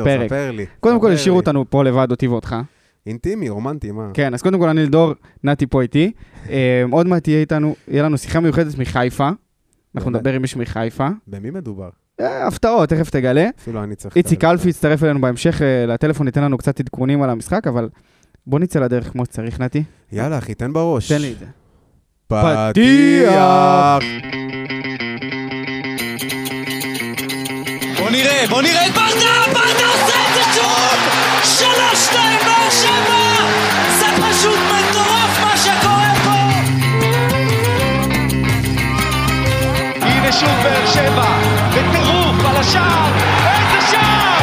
הפרק. ספר לי. קודם כל השאירו אותנו פה לבד אותי ואותך. אינטימי, רומנטי, מה? כן, אז קודם כל אני לדור, נתי פה איתי. עוד מעט יהיה לנו שיחה מיוחדת מחיפה. אנחנו נדבר עם מישהו מחיפה. במי מדובר? הפתעות, תכף תגלה. אפילו אני צריך... איציק אלפי יצטרף אלינו בהמשך לטלפון, ניתן לנו קצת עדכונים על המשחק, אבל בוא נצא לדרך כמו שצריך, נתי. יאללה, אחי, תן בראש. תן לי את זה. פתיח! בוא נראה את ברדה עושה את זה שוב! 3-2 באר שבע! זה פשוט מטורף מה שקורה פה! הנה שוב באר שבע, בטירוף על השער! איזה שער!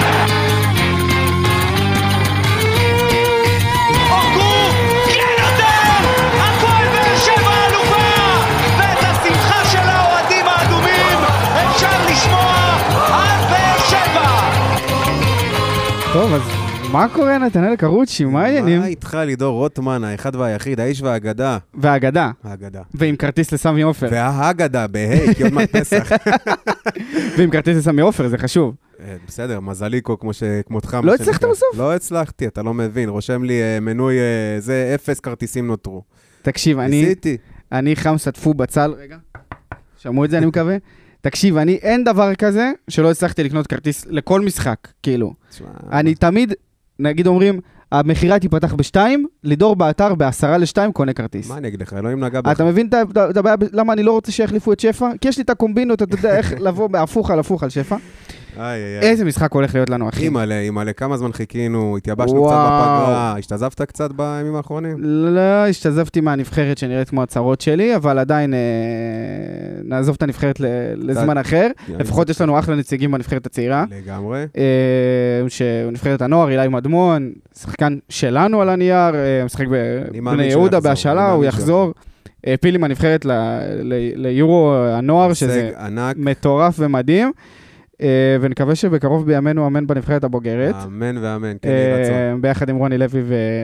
אורגו, כן יותר! הפועל באר שבע אלופה! ואת השמחה של האוהדים האדומים אפשר לשמוע על באר שבע! טוב, אז מה קורה נתנאל קרוצ'י? מה העניינים? מה איתך לידור רוטמן, האחד והיחיד, האיש והאגדה? והאגדה. האגדה. ועם כרטיס לסמי עופר. והאגדה, בהי, כי עוד מעט פסח. ועם כרטיס לסמי עופר, זה חשוב. בסדר, מזליקו כמותך. לא הצלחת בסוף? לא הצלחתי, אתה לא מבין. רושם לי מנוי, זה 0 כרטיסים נותרו. תקשיב, אני חם סטפו בצל, רגע, שמעו את זה אני מקווה. תקשיב, אין דבר כזה שלא הצלחתי לקנות כרטיס לכל משחק, כאילו. אני תמיד, נגיד אומרים, המחירה תיפתח ב-2, לידור באתר ב-1:50 קונה כרטיס. מה אני אגיד לך? אלוהים נגע בך. אתה מבין את הבעיה, למה אני לא רוצה שיחליפו את שפע? כי יש לי את הקומבינות, אתה יודע איך לבוא בהפוך על שפע. איזה משחק הולך להיות לנו, אחי? אימאלה, כמה זמן חיכינו, התייבשנו קצת בפגרה, השתזפת קצת בימים האחרונים? לא, השתזפתי מהנבחרת שנראית כמו הצרות שלי, אבל עדיין נעזוב את הנבחרת לזמן אחר. לפחות יש לנו אחלה נציגים בנבחרת הצעירה. לגמרי. נבחרת הנוער, אילי מדמון, שחקן שלנו על הנייר, משחק בבני יהודה בהשאלה, הוא יחזור. פיל עם הנבחרת ליורו הנוער, שזה מטורף ומדהים. ונקווה שבקרוב בימינו אמן בנבחרת הבוגרת. אמן ואמן, כן, יהיה רצון. ביחד עם רוני לוי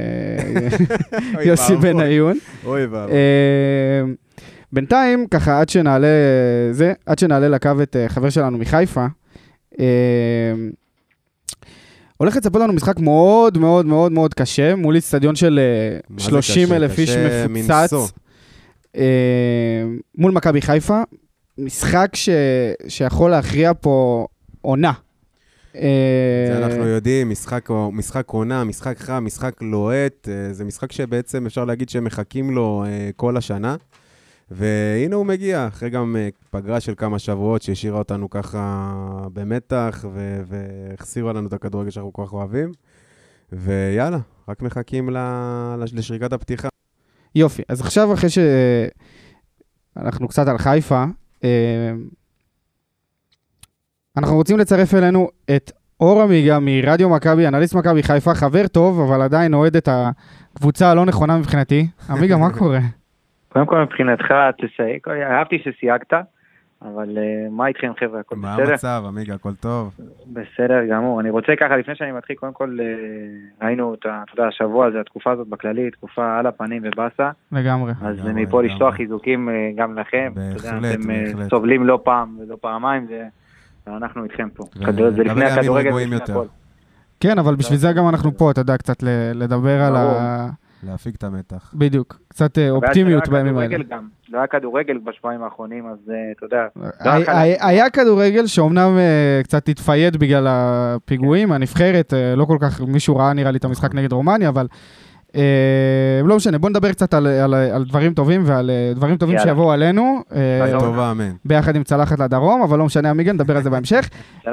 ויוסי בניון. אוי ואבוי. בינתיים, ככה, עד שנעלה לקו את חבר שלנו מחיפה, הולך לצפות לנו משחק מאוד מאוד מאוד מאוד קשה, מול אצטדיון של 30,000 איש מפוצץ. מול מכבי חיפה. משחק שיכול להכריע פה עונה. זה אנחנו יודעים, משחק עונה, משחק חם, משחק לוהט, זה משחק שבעצם אפשר להגיד שהם מחכים לו כל השנה, והנה הוא מגיע, אחרי גם פגרה של כמה שבועות שהשאירה אותנו ככה במתח, והחסירו עלינו את הכדורגל שאנחנו כל כך אוהבים, ויאללה, רק מחכים לשריקת הפתיחה. יופי, אז עכשיו אחרי שאנחנו קצת על חיפה, אנחנו רוצים לצרף אלינו את אור עמיגה מרדיו מכבי, אנליסט מכבי חיפה, חבר טוב, אבל עדיין אוהד את הקבוצה הלא נכונה מבחינתי. עמיגה, מה קורה? קודם כל מבחינתך, אהבתי שסייגת, אבל מה איתכם חבר'ה? הכל בסדר? מה המצב, עמיגה? הכל טוב? בסדר גמור. אני רוצה ככה, לפני שאני מתחיל, קודם כל ראינו את השבוע הזה, התקופה הזאת בכללי, תקופה על הפנים ובאסה. לגמרי. אז מפה לשלוח חיזוקים גם לכם. בהחלט. אתם סובלים לא פעם ולא פעמיים, ואנחנו איתכם פה. זה לפני הכדורגל ולפני הכל. כן, אבל בשביל זה גם אנחנו פה, אתה יודע, קצת לדבר על להפיק את המתח. בדיוק, קצת אופטימיות בימים האלה. לא היה כדורגל בשבועיים האחרונים, אז אתה יודע. היה כדורגל שאומנם קצת התפייד בגלל הפיגועים, הנבחרת, לא כל כך מישהו ראה נראה לי את המשחק נגד רומניה, אבל לא משנה, בוא נדבר קצת על דברים טובים ועל דברים טובים שיבואו עלינו. טובה, אמן. ביחד עם צלחת לדרום, אבל לא משנה, עמיגה, נדבר על זה בהמשך.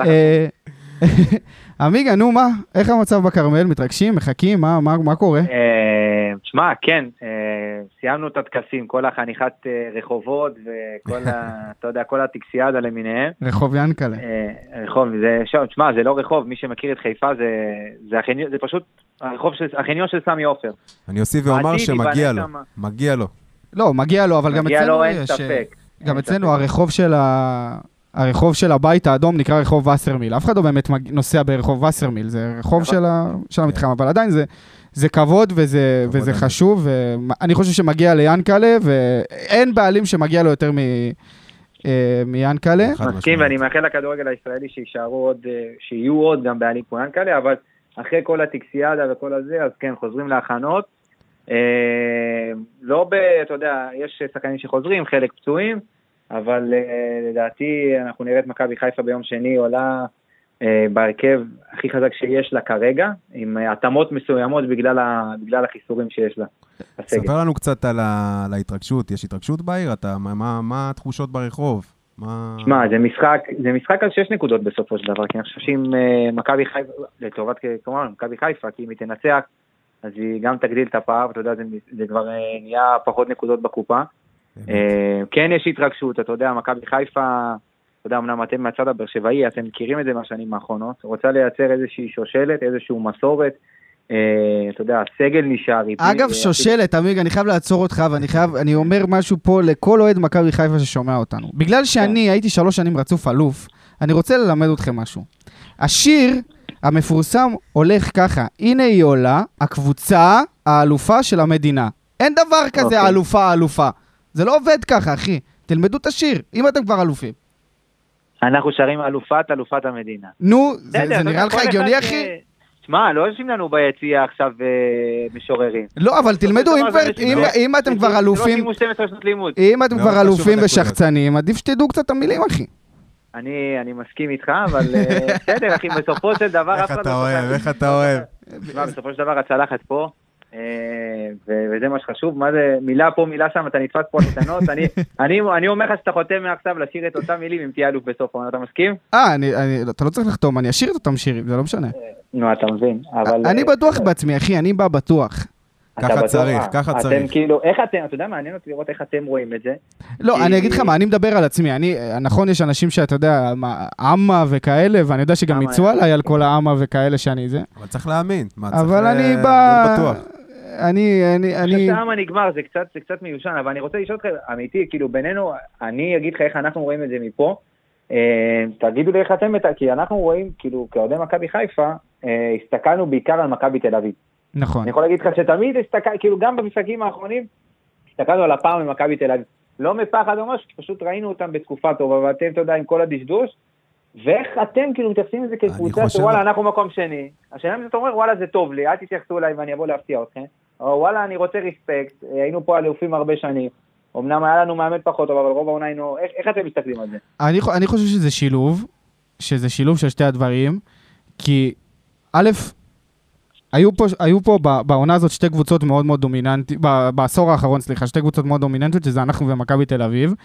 עמיגה, נו מה? איך המצב בכרמל? מתרגשים? מחכים? מה קורה? תשמע, כן, סיימנו את הטקסים, כל החניכת רחובות וכל אתה יודע, כל הטקסיאדה למיניהם. רחוב ינקלה. רחוב, תשמע, זה לא רחוב, מי שמכיר את חיפה זה פשוט החניון של סמי עופר. אני אוסיף ואומר שמגיע לו, מגיע לו. לא, מגיע לו, אבל גם אצלנו אין ספק. גם אצלנו הרחוב של הבית האדום נקרא רחוב וסרמיל. אף אחד לא באמת נוסע ברחוב וסרמיל, זה רחוב של המתחם, אבל עדיין זה כבוד וזה חשוב, ואני חושב שמגיע ליאנקלה, ואין בעלים שמגיע לו יותר מיאנקלה. מסכים, ואני מאחל לכדורגל הישראלי שיהיו עוד גם בעלים כמו יאנקלה, אבל אחרי כל הטקסיאדה וכל הזה, אז כן, חוזרים להכנות. לא אתה יודע, יש שחקנים שחוזרים, חלק פצועים, אבל לדעתי אנחנו נראה את מכבי חיפה ביום שני עולה בהרכב הכי חזק שיש לה כרגע, עם התאמות מסוימות בגלל החיסורים שיש לה. ספר לנו קצת על ההתרגשות, יש התרגשות בעיר? מה התחושות ברחוב? שמע, זה משחק על 6 נקודות בסופו של דבר, כי אני חושב שאם מכבי חיפה, לטובת כמובן, מכבי חיפה, כי אם היא תנצח, אז היא גם תגדיל את הפער, ואתה יודע, זה כבר נהיה פחות נקודות בקופה. כן יש התרגשות, אתה יודע, מכבי חיפה, אתה יודע, אמנם אתם מהצד הבאר שבעי, אתם מכירים את זה מהשנים האחרונות, רוצה לייצר איזושהי שושלת, איזשהו מסורת, אתה יודע, הסגל נשאר. אגב, שושלת, עמיג, אני חייב לעצור אותך, ואני אומר משהו פה לכל אוהד מכבי חיפה ששומע אותנו. בגלל שאני הייתי 3 שנים רצוף אלוף, אני רוצה ללמד אתכם משהו. השיר המפורסם הולך ככה, הנה היא עולה, הקבוצה האלופה של המדינה. אין דבר כזה אלופה. זה לא עובד ככה, אחי. תלמדו את השיר, אם אתם כבר אלופים. אנחנו שרים אלופת המדינה. נו, זה נראה לך הגיוני, אחי? תשמע, לא יושבים לנו ביציאה עכשיו משוררים. לא, אבל תלמדו, אם אתם כבר אלופים, אם אתם כבר אלופים ושחצנים, עדיף שתדעו קצת את המילים, אחי. אני מסכים איתך, אבל בסדר, אחי, בסופו של דבר... איך אתה אוהב? בסופו של דבר הצלחת פה, וזה מה שחשוב, מה זה, מילה פה, מילה שם, אתה נתפס פה קטנות, אני אומר לך שאתה חותם מעכשיו לשיר את אותם מילים, אם תהיה אלוף בסוף, אתה מסכים? אתה לא צריך לחתום, אני אשיר את אותם שירים, זה לא משנה. נו, אתה מבין, אבל... אני בטוח בעצמי, אחי, אני בא בטוח. ככה צריך. אתם כאילו, איך אתם, אתה יודע, מעניין אותי לראות איך אתם רואים את זה. לא, אני אגיד לך מה, אני מדבר על עצמי, נכון, יש אנשים שאתה יודע, אמה וכאלה, ואני יודע שגם יצאו עליי על כל האמה וכאלה שאני זה. אבל צריך להאמין. אבל אני בא... אני... שהאמה נגמר, זה קצת מיושן, אבל אני רוצה לשאול אותך, אמיתי, כאילו בינינו, אני אגיד לך איך אנחנו רואים את זה מפה, תגידו לי איך אתם, כי אנחנו רואים, כאילו, כאוהדי מכבי חיפה, הסתכלנו בעיקר על מכבי תל אביב. נכון. אני יכול להגיד לך שתמיד כאילו גם במשחקים האחרונים, הסתכלנו על הפעם ממכבי תל אביב. לא מפחד או משהו, פשוט ראינו אותם בתקופה טובה, ואתם, אתה יודע, עם כל הדשדוש, ואיך אתם כאילו מתייחסים לזה כקבוצה, שוואלה, אנחנו מקום שני. השאלה אם אתה אומר, וואלה, זה טוב לי, אל תתייחסו אליי ואני אבוא להפתיע אתכם. או וואלה, אני רוצה ריספקט, היינו פה אלופים הרבה שנים, אמנם היה לנו מאמן פחות טוב, אבל רוב העונה היינו, איך אתם מסתכלים על זה? אני חושב שזה שילוב של שתי הדברים, כי א', היו פה בעונה הזאת שתי קבוצות מאוד מאוד דומיננטיות, בעשור האחרון, סליחה, שתי קבוצות מאוד דומיננטיות, שזה אנחנו ומכבי תל אביב,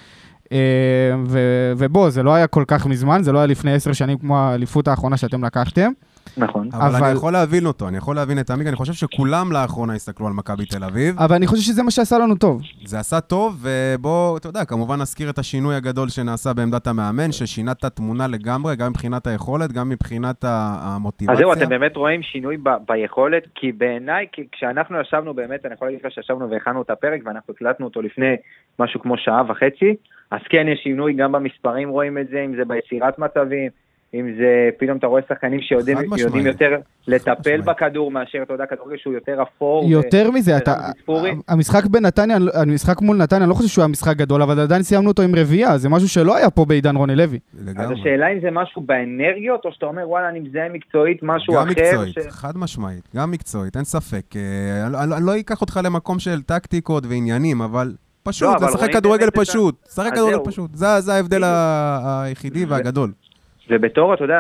ובוא, זה לא היה כל כך מזמן, זה לא היה לפני 10 שנים כמו האליפות האחרונה שאתם לקחתם. נכון. אבל אני יכול להבין אותו, אני יכול להבין את עמיג, אני חושב שכולם לאחרונה הסתכלו על מכבי תל אביב. אבל אני חושב שזה מה שעשה לנו טוב. זה עשה טוב, ובוא, אתה יודע, כמובן נזכיר את השינוי הגדול שנעשה בעמדת המאמן, ששינת את התמונה לגמרי, גם מבחינת היכולת, גם מבחינת המוטיבציה. אז זהו, אתם באמת רואים שינוי ביכולת, כי בעיניי, כשאנחנו ישבנו באמת, אני יכול להגיד לך שישבנו והכנו את הפרק, ואנחנו הקלטנו אותו לפני משהו כמו שעה וחצי, אז כן יש שינוי, גם במספרים רואים את זה, אם זה ביצירת מצבים, אם זה, פתאום אתה רואה שחקנים שיודעים יותר לטפל בכדור מאשר, אתה יודע, כדורגל שהוא יותר אפור. יותר מזה, המשחק בנתניה, המשחק מול נתניה, אני לא חושב שהוא היה משחק גדול, אבל עדיין סיימנו אותו עם רביעייה, זה משהו שלא היה פה בעידן רוני לוי. אז השאלה אם זה משהו באנרגיות, או שאתה אומר, וואלה, אני מזהה מקצועית, משהו אחר. גם מקצועית, חד משמעית, גם מקצועית, אין ספק. אני לא אקח אותך למקום של טקטיקות ועניינים, אבל פשוט, לשחק כדורגל פשוט, לשחק כדורגל פשוט. זה ההבדל היחידי והגדול. ובתור, אתה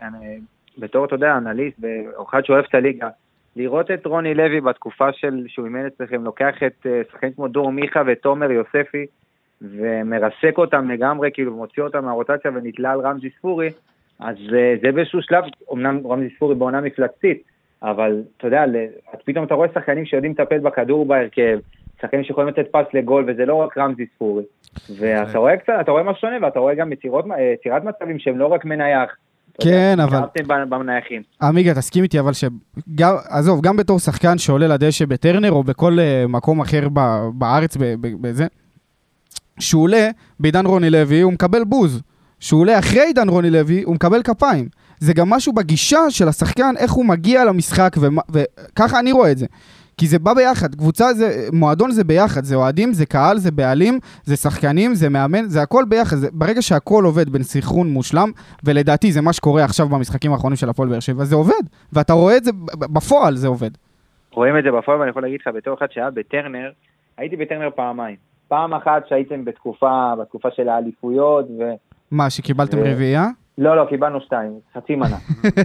יודע, אנליסט, ואחד שאוהב את הליגה, לראות את רוני לוי בתקופה שהוא אימן אצלכם, לוקח את שחקנים כמו דור מיכה ותומר יוספי, ומרסק אותם לגמרי, כאילו מוציא אותם מהרוטציה ונתלה על רמזי ספורי, אז זה באיזשהו שלב, אמנם רמזי ספורי בעונה מפלצתית, אבל אתה יודע, פתאום אתה רואה שחקנים שיודעים לטפל בכדור בהרכב, שחקנים שיכולים לתת פס לגול, וזה לא רק רמזי ספורי. ואתה רואה קצת, אתה רואה מה שונה, ואתה רואה גם יצירת מצבים שהם לא רק מנייח. כן, אבל... במנייחים. עמיגה, תסכים איתי, אבל עזוב, גם בתור שחקן שעולה לדשא בטרנר, או בכל מקום אחר בארץ, בזה, שהוא עולה בעידן רוני לוי, הוא מקבל בוז. שהוא עולה אחרי עידן רוני לוי, הוא מקבל כפיים. זה גם משהו בגישה של השחקן, איך הוא מגיע למשחק, וככה אני רואה את זה. כי זה בא ביחד, קבוצה זה, מועדון זה ביחד, זה אוהדים, זה קהל, זה בעלים, זה שחקנים, זה מאמן, זה הכל ביחד, ברגע שהכל עובד בין סנכרון מושלם, ולדעתי זה מה שקורה עכשיו במשחקים האחרונים של הפועל באר שבע, זה עובד, ואתה רואה את זה בפועל, זה עובד. רואים את זה בפועל, ואני יכול להגיד לך, בתור אחד שהיה בטרנר, הייתי בטרנר פעמיים. פעם אחת שהייתם בתקופה של האליפויות מה, שקיבלתם רביעייה? לא, קיבלנו 2, חצי מנה.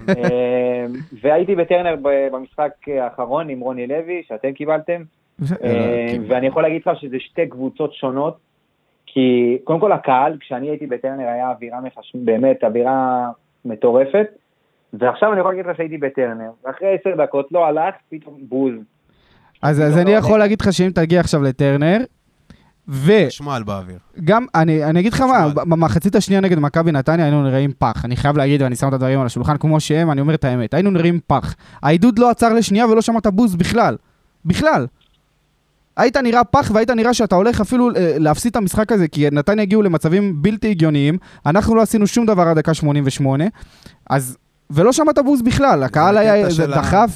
והייתי בטרנר במשחק האחרון עם רוני לוי, שאתם קיבלתם, ואני יכול להגיד לך שזה שתי קבוצות שונות, כי קודם כל הקהל, כשאני הייתי בטרנר היה אווירה באמת, אווירה מטורפת, ועכשיו אני יכול להגיד לך שהייתי בטרנר, ואחרי 10 דקות לא הלך, פתאום בוז. אז אני יכול להגיד לך שאם תגיע עכשיו לטרנר, שמואל באוויר. גם, אני אגיד לך מה, במחצית השנייה נגד מכבי נתניה היינו נראים פח. אני חייב להגיד, ואני שם את הדברים על השולחן כמו שהם, אני אומר את האמת. היינו נראים פח. העידוד לא עצר לשנייה ולא שמעת בוז בכלל. בכלל. היית נראה פח והיית נראה שאתה הולך אפילו להפסיד את המשחק הזה, כי נתניה הגיעו למצבים בלתי הגיוניים. אנחנו לא עשינו שום דבר עד דקה 88. אז... ולא שמעת בוז בכלל, הקהל היה דחף,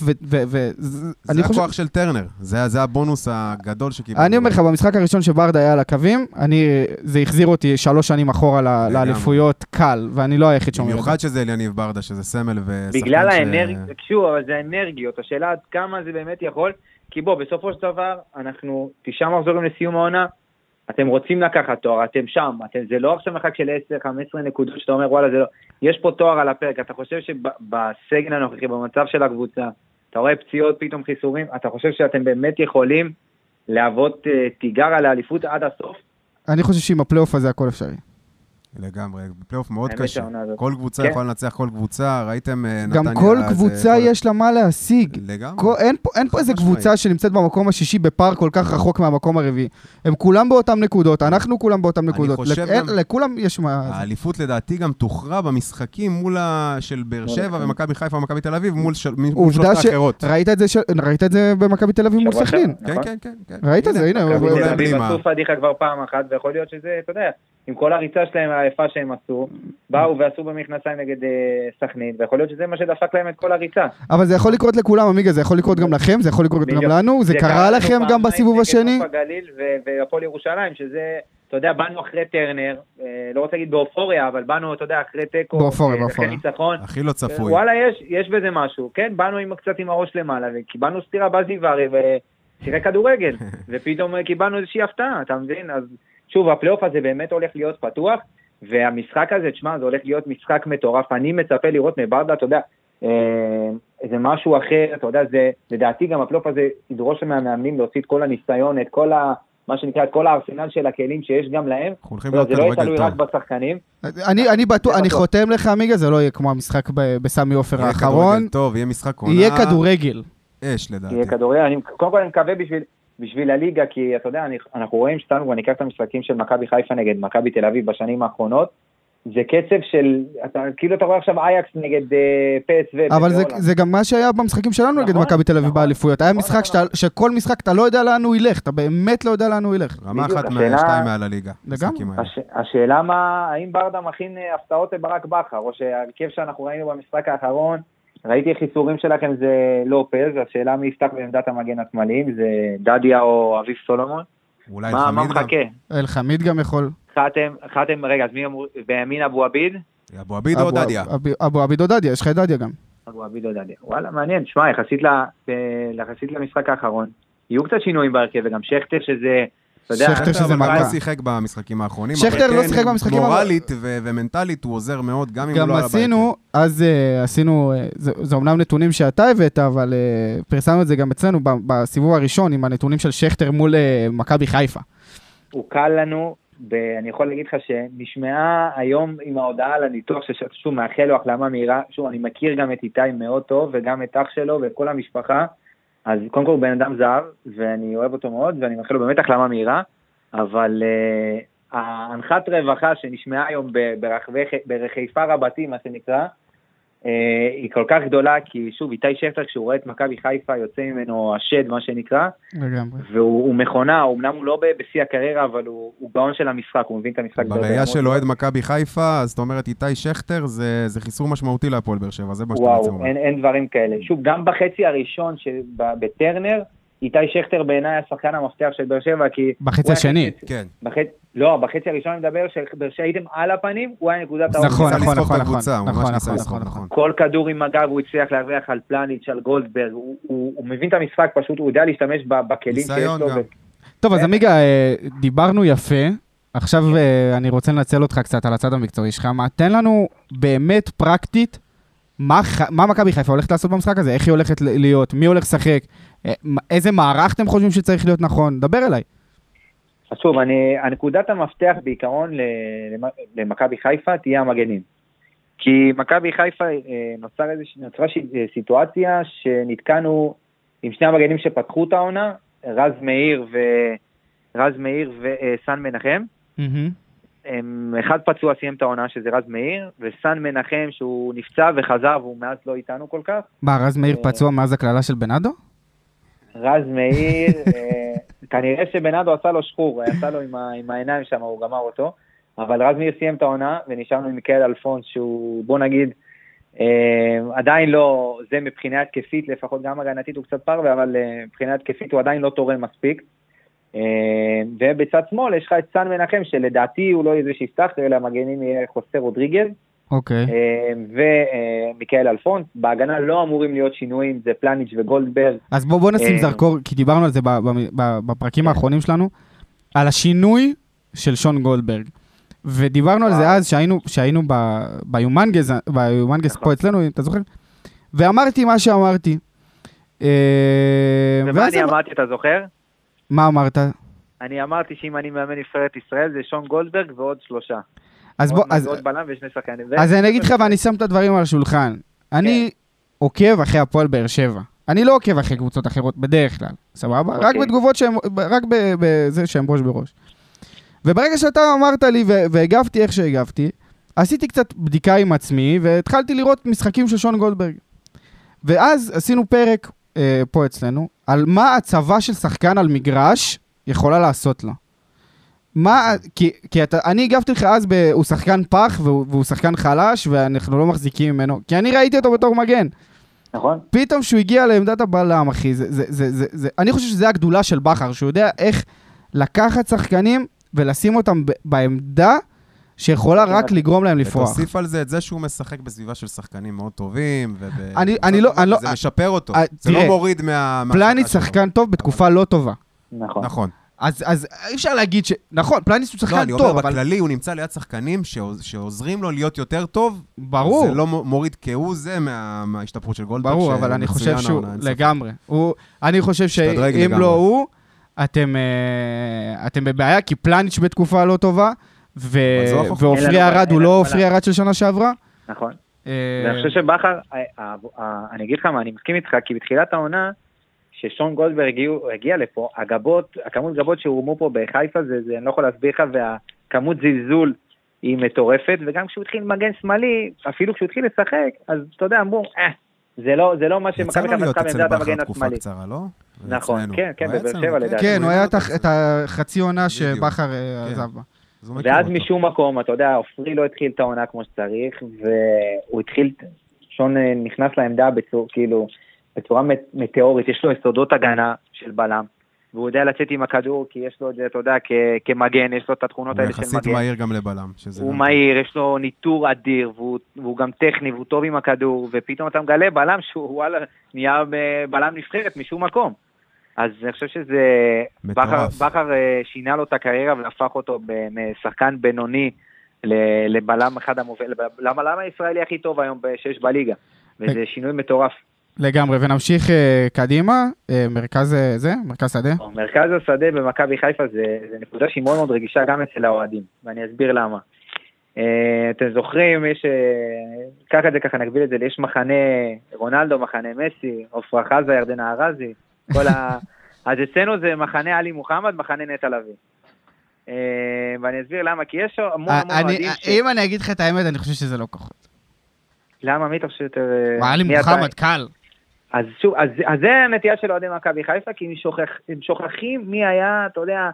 זה הכוח של טרנר, זה הבונוס הגדול שקיבלנו. אני אומר לך, במשחק הראשון שברדה היה על הקווים, זה החזיר אותי 3 שנים אחורה לאליפויות קל, ואני לא היחיד שאומר את זה. במיוחד שזה אליניב ברדה, שזה סמל ושחקן בגלל האנרגיות, תקשו, אבל זה האנרגיות, השאלה עד כמה זה באמת יכול, כי בסופו של דבר, אנחנו 9 מחזורים לסיום העונה, אתם רוצים לקחת תואר, אתם שם, זה לא עכשיו מחק של 10-15 נקודות שאתה אומר, וואלה, זה לא, יש פה תואר על הפרק, אתה חושב שבסגל הנוכחי, במצב של הקבוצה, אתה רואה פציעות, פתאום חיסורים, אתה חושב שאתם באמת יכולים להוות תיגר על האליפות עד הסוף? אני חושב שעם הפלייאוף הזה הכל אפשרי. לגמרי, פלייאוף מאוד קשה. כל קבוצה יכולה לנצח כל קבוצה, ראיתם גם כל קבוצה יש לה מה להשיג. לגמרי. אין פה איזה קבוצה שנמצאת במקום השישי בפאר כל כך רחוק מהמקום הרביעי. הם כולם באותם נקודות, אנחנו כולם באותם נקודות. לכולם יש מה... האליפות לדעתי גם תוכרע במשחקים מול של באר שבע ומכבי חיפה ומכבי תל אביב מול שלושת האחרות. ראית את זה במכבי תל אביב מול סכנין? כן. ראית את זה, הנה. בסוף פדיחה כבר פעם אחת, ויכול להיות שזה, אתה יודע, עם כל הריצה שלהם היפה שהם עשו, באו ועשו במכנסיים נגד סכנין, ויכול להיות שזה מה שדפק להם את כל הריצה. אבל זה יכול לקרות לכולם, אמיגה, זה יכול לקרות גם לכם, זה יכול לקרות גם לנו, זה קרה לכם גם בסיבוב השני? זה קרה בגליל והפועל ירושלים, שזה, אתה יודע, באנו אחרי טרנר, לא רוצה להגיד באופוריה, אבל באנו, אתה יודע, אחרי טקו, באופוריה. הכי לא צפוי. וואלה, יש בזה משהו, כן? באנו קצת עם הראש למעלה, וקיבלנו סטירה בזיווארי, ושיחק כדורגל, ופתאום קיבלנו איזושהי הפתעה, אתה מבין? אז שוב, הפלייאוף הזה באמת הולך להיות פתוח, והמשחק הזה, תשמע, זה הולך להיות משחק מטורף. אני מצפה לראות מברדה, אתה יודע, איזה משהו אחר, אתה יודע, זה, לדעתי גם הפלייאוף הזה ידרוש מהמאמנים להוציא את כל הניסיון, את כל מה שנקרא, את כל הארסנל של הכלים שיש גם להם. זה לא יתלוי רק בשחקנים. אני חותם לך, אמיגה, זה לא יהיה כמו המשחק בסמי עופר האחרון. יהיה כדורגל טוב, יהיה משחק עונה. יהיה כדורגל. לדעתי. יהיה כדורגל. קודם כל אני מקווה בשביל הליגה, כי אתה יודע, אנחנו רואים שתנו, ואני אקח את המשחקים של מכבי חיפה נגד מכבי תל אביב בשנים האחרונות, זה קצב של, כאילו אתה רואה עכשיו אייקס נגד PSV. אבל זה גם מה שהיה במשחקים שלנו נגד מכבי תל אביב באליפויות. היה משחק שכל משחק אתה לא יודע לאן הוא ילך, אתה באמת לא יודע לאן הוא ילך. רמה אחת מהשתיים מעל הליגה. השאלה האם ברדה מכין הפתעות לברק בכר, או שהרכב שאנחנו ראינו במשחק האחרון, ראיתי חיסורים שלכם זה לופז, השאלה מי יפתח בעמדת המגן השמאליים, זה דדיה או אביב סולומון. אולי אלחמיד גם. אלחמיד גם יכול. חתם, רגע, אז מי אמור, בימין אבו עביד? אבו עביד או דדיה? אבו עביד או דדיה, יש לך דדיה גם. אבו עביד או דדיה, וואלה, מעניין, שמע, יחסית למשחק האחרון, יהיו קצת שינויים בהרכב, וגם שכטר שזה... שכטר שזה מכה. לא שיחק במשחקים האחרונים. שכטר לא שיחק במשחקים האחרונים. מורלית ומנטלית הוא עוזר מאוד, גם אם הוא לא... גם עשינו, זה אומנם נתונים שאתה הבאת, אבל פרסמנו את זה גם אצלנו בסיבוב הראשון, עם הנתונים של שכטר מול מכבי חיפה. הוא קל לנו, אני יכול להגיד לך שנשמעה היום עם ההודעה על הניתוח, ששוב מאחל לו החלמה מהירה, שוב אני מכיר גם את איתי מאוד טוב, וגם את אח שלו ואת כל המשפחה, אז קודם כל הוא בן אדם זהב, ואני אוהב אותו מאוד, ואני מאחל לו באמת החלמה מהירה, אבל ההנחת רווחה שנשמעה היום בחיפה רבתי, מה שנקרא, היא כל כך גדולה, כי שוב, איתי שכטר, כשהוא רואה את מכבי חיפה, יוצא ממנו השד, מה שנקרא, והוא מכונה, אמנם הוא לא בשיא הקריירה, אבל הוא גאון של המשחק, הוא מבין את המשחק. בראייה של אוהד מכבי חיפה, אז אתה אומרת, איתי שכטר, זה חיסור משמעותי להפועל באר שבע, זה מה שאתה וואו, אין דברים כאלה. שוב, גם בחצי הראשון בטרנר, איתי שכטר בעיניי השחקן המפתח של באר שבע, כי... בחצי השני. כן. לא, בחצי הראשון אני מדבר שבאר שבע הייתם על הפנים, הוא היה נקודת האור. נכון. כל כדור עם מגע, הוא הצליח להרוויח על פלניץ', על גולדברג, הוא מבין את המשחק פשוט, הוא יודע להשתמש בכלים שיש לו. טוב, אז עמיגה, דיברנו יפה, עכשיו אני רוצה לנצל אותך קצת על הצד המקצועי שלך, תן לנו באמת פרקטית, מה מכבי חיפה הולכת לעשות במשחק הזה? איך היא הולכת להיות? מי הולך לשחק? איזה מערך אתם חושבים שצריך להיות נכון? דבר אליי. אז שוב, הנקודת המפתח בעיקרון למכבי חיפה תהיה המגנים. כי מכבי חיפה נוצרה סיטואציה שנתקענו עם שני המגנים שפתחו את העונה, רז מאיר וסן מנחם. אחד פצוע סיים את העונה שזה רז מאיר, וסן מנחם שהוא נפצע וחזר והוא מאז לא איתנו כל כך. מה, רז מאיר פצוע מאז הכללה של בנאדו? רז מאיר, כנראה שבנאדו עשה לו שחור, עשה לו עם העיניים שם, הוא גמר אותו, אבל רז מאיר סיים את העונה ונשארנו עם מיקאל אלפונס שהוא, בוא נגיד, עדיין לא, זה מבחינה התקפית, לפחות גם הגנתית הוא קצת פרווה, אבל מבחינה התקפית הוא עדיין לא תורם מספיק. ובצד שמאל יש לך את סן מנחם שלדעתי הוא לא איזה שיפתח, אלא המגנים יהיה חוסר רודריגז ומיקאל אלפונס. בהגנה לא אמורים להיות שינויים, זה פלניץ' וגולדברג. אז בוא נשים זרקור, כי דיברנו על זה בפרקים האחרונים שלנו, על השינוי של שון גולדברג, ודיברנו על זה אז שהיינו ביומנגס פה אצלנו, אתה זוכר? ואמרתי מה שאמרתי. ומה אני אמרתי, אתה זוכר? מה אמרת? אני אמרתי שאם אני מאמן נבחרת ישראל זה שון גולדברג ועוד 3. עוד בלם ושני שחקנים. אז אני אגיד לך ואני שם את הדברים על השולחן. אני עוקב אחרי הפועל באר שבע. אני לא עוקב אחרי קבוצות אחרות בדרך כלל. סבבה? רק בתגובות רק בזה שהם ראש בראש. וברגע שאתה אמרת לי והגבתי איך שהגבתי, עשיתי קצת בדיקה עם עצמי והתחלתי לראות משחקים של שון גולדברג. ואז עשינו פרק פה אצלנו, על מה הצבא של שחקן על מגרש יכולה לעשות לו. אני הגבתי לך אז, הוא שחקן פח והוא שחקן חלש, ואנחנו לא מחזיקים ממנו, כי אני ראיתי אותו בתור מגן. נכון. פתאום שהוא הגיע לעמדת הבלם, אחי, אני חושב שזה הגדולה של בכר, שהוא יודע איך לקחת שחקנים ולשים אותם בעמדה, שיכולה רק לגרום להם לפרוח. ותוסיף על זה את זה שהוא משחק בסביבה של שחקנים מאוד טובים, זה משפר אותו. זה לא מוריד פלניץ' שחקן טוב בתקופה לא טובה. נכון. אז אי אפשר להגיד נכון, פלניץ' הוא שחקן טוב, אבל... אני אומר, בכללי הוא נמצא ליד שחקנים שעוזרים לו להיות יותר טוב. ברור. זה לא מוריד כהוא זה מההשתפרות של גולדברג. ברור, אבל אני חושב שהוא לגמרי. אני חושב שאם לא הוא, אתם בבעיה, כי פלניץ' בתקופה לא טובה, ואופרי ארד הוא לא אופרי ארד של שנה שעברה. נכון. ואני חושב שבכר, אני אגיד לך מה, אני מסכים איתך, כי בתחילת העונה, ששון גולדברג הגיע לפה, הכמות גבות שהורמו פה בחיפה, אני לא יכול להסביר לך, והכמות זלזול היא מטורפת, וגם כשהוא התחיל מגן שמאלי, אפילו כשהוא התחיל לשחק, אז אתה יודע, אמרו, זה לא מה שמכבי חיפה צריכה בעמדת המגן השמאלי. נכון, כן, בבאר שבע לדעתי. כן, הוא היה את החצי עונה שבכר עזב בה. ואז משום מקום, אתה יודע, אופרי לא התחיל את העונה כמו שצריך, והוא התחיל, שון נכנס לעמדה בצורה מטאורית, יש לו יסודות הגנה של בלם, והוא יודע לצאת עם הכדור, כי יש לו את זה, אתה יודע, כמגן, יש לו את התכונות האלה של מגן. הוא יחסית מהיר גם לבלם. הוא מהיר, יש לו ניטור אדיר, והוא גם טכני, והוא טוב עם הכדור, ופתאום אתה מגלה בלם שהוא נהיה בלם נבחרת משום מקום. אז אני חושב שזה, בכר שינה לו את הקריירה והפך אותו משחקן בינוני לבלם אחד המוביל, לבלם הישראלי הכי טוב היום שיש בליגה, וזה שינוי מטורף. לגמרי, ונמשיך קדימה, מרכז שדה? מרכז השדה במכבי חיפה זה נקודה שהיא מאוד מאוד רגישה גם אצל האוהדים, ואני אסביר למה. אתם זוכרים, קח את זה ככה, נגביל את זה, יש מחנה רונלדו, מחנה מסי, עופרה חזה, ירדנה ארזי, אז אצלנו זה מחנה עלי מוחמד, מחנה נטע לביא. ואני אסביר למה, כי יש המון אוהדים אם אני אגיד לך את האמת, אני חושב שזה לא כוחות. למה? מי אתה חושב יותר... עלי מוחמד, קל. אז שוב, אז זה הנטייה של אוהדי מכבי חיפה, כי הם שוכחים מי היה, אתה יודע,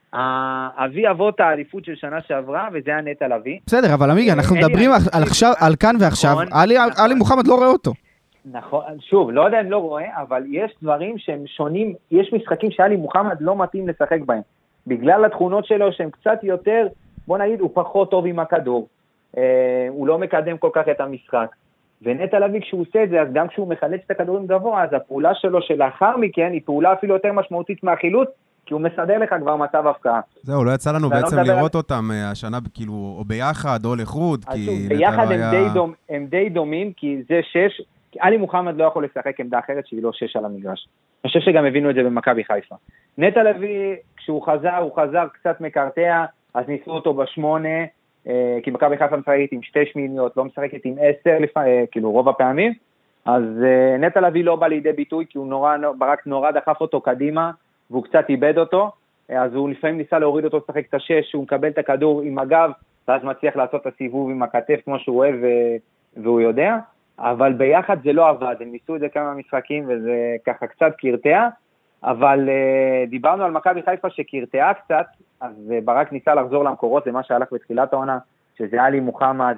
אבי אבות האליפות של שנה שעברה, וזה היה נטע לביא. בסדר, אבל עמיגה, אנחנו מדברים על כאן ועכשיו, עלי מוחמד לא רואה אותו. נכון, שוב, לא יודע אם לא רואה, אבל יש דברים שהם שונים, יש משחקים שאלי מוחמד לא מתאים לשחק בהם, בגלל התכונות שלו שהן קצת יותר, בוא נגיד, הוא פחות טוב עם הכדור, הוא לא מקדם כל כך את המשחק, ונטע לביא כשהוא עושה את זה, אז גם כשהוא מחלץ את הכדורים גבוה, אז הפעולה שלו שלאחר מכן היא פעולה אפילו יותר משמעותית מהחילוץ, כי הוא מסדר לך כבר מצב הפקעה. זהו, לא יצא לנו בעצם לראות אותם השנה, כאילו, או ביחד, או לחוד, כי... ביחד הם די דומים, כי זה 6, אלי מוחמד לא יכול לשחק עמדה אחרת שהיא לא 6 על המגרש. אני חושב שגם הבינו את זה במכבי חיפה. נטע לביא, כשהוא חזר, הוא חזר קצת מקרטע, אז ניסו אותו ב8, כי מכבי חיפה משחקת עם 2 שמיניות, לא משחקת עם 10, כאילו רוב הפעמים, אז נטע לביא לא בא לידי ביטוי, כי ברק נורא דחף אותו קדימה, והוא קצת איבד אותו, אז הוא לפעמים ניסה להוריד אותו לשחק את 6, שהוא מקבל את הכדור עם הגב, ואז מצליח לעשות את הסיבוב עם הכתף כמו שהוא אוהב והוא יודע, אבל ביחד זה לא עבד, הם ניסו את זה כמה משחקים וזה ככה קצת קרטע, אבל דיברנו על מכבי חיפה שקרטעה קצת, אז ברק ניסה לחזור למקורות למה שהלך בתחילת העונה, שזה אלי מוחמד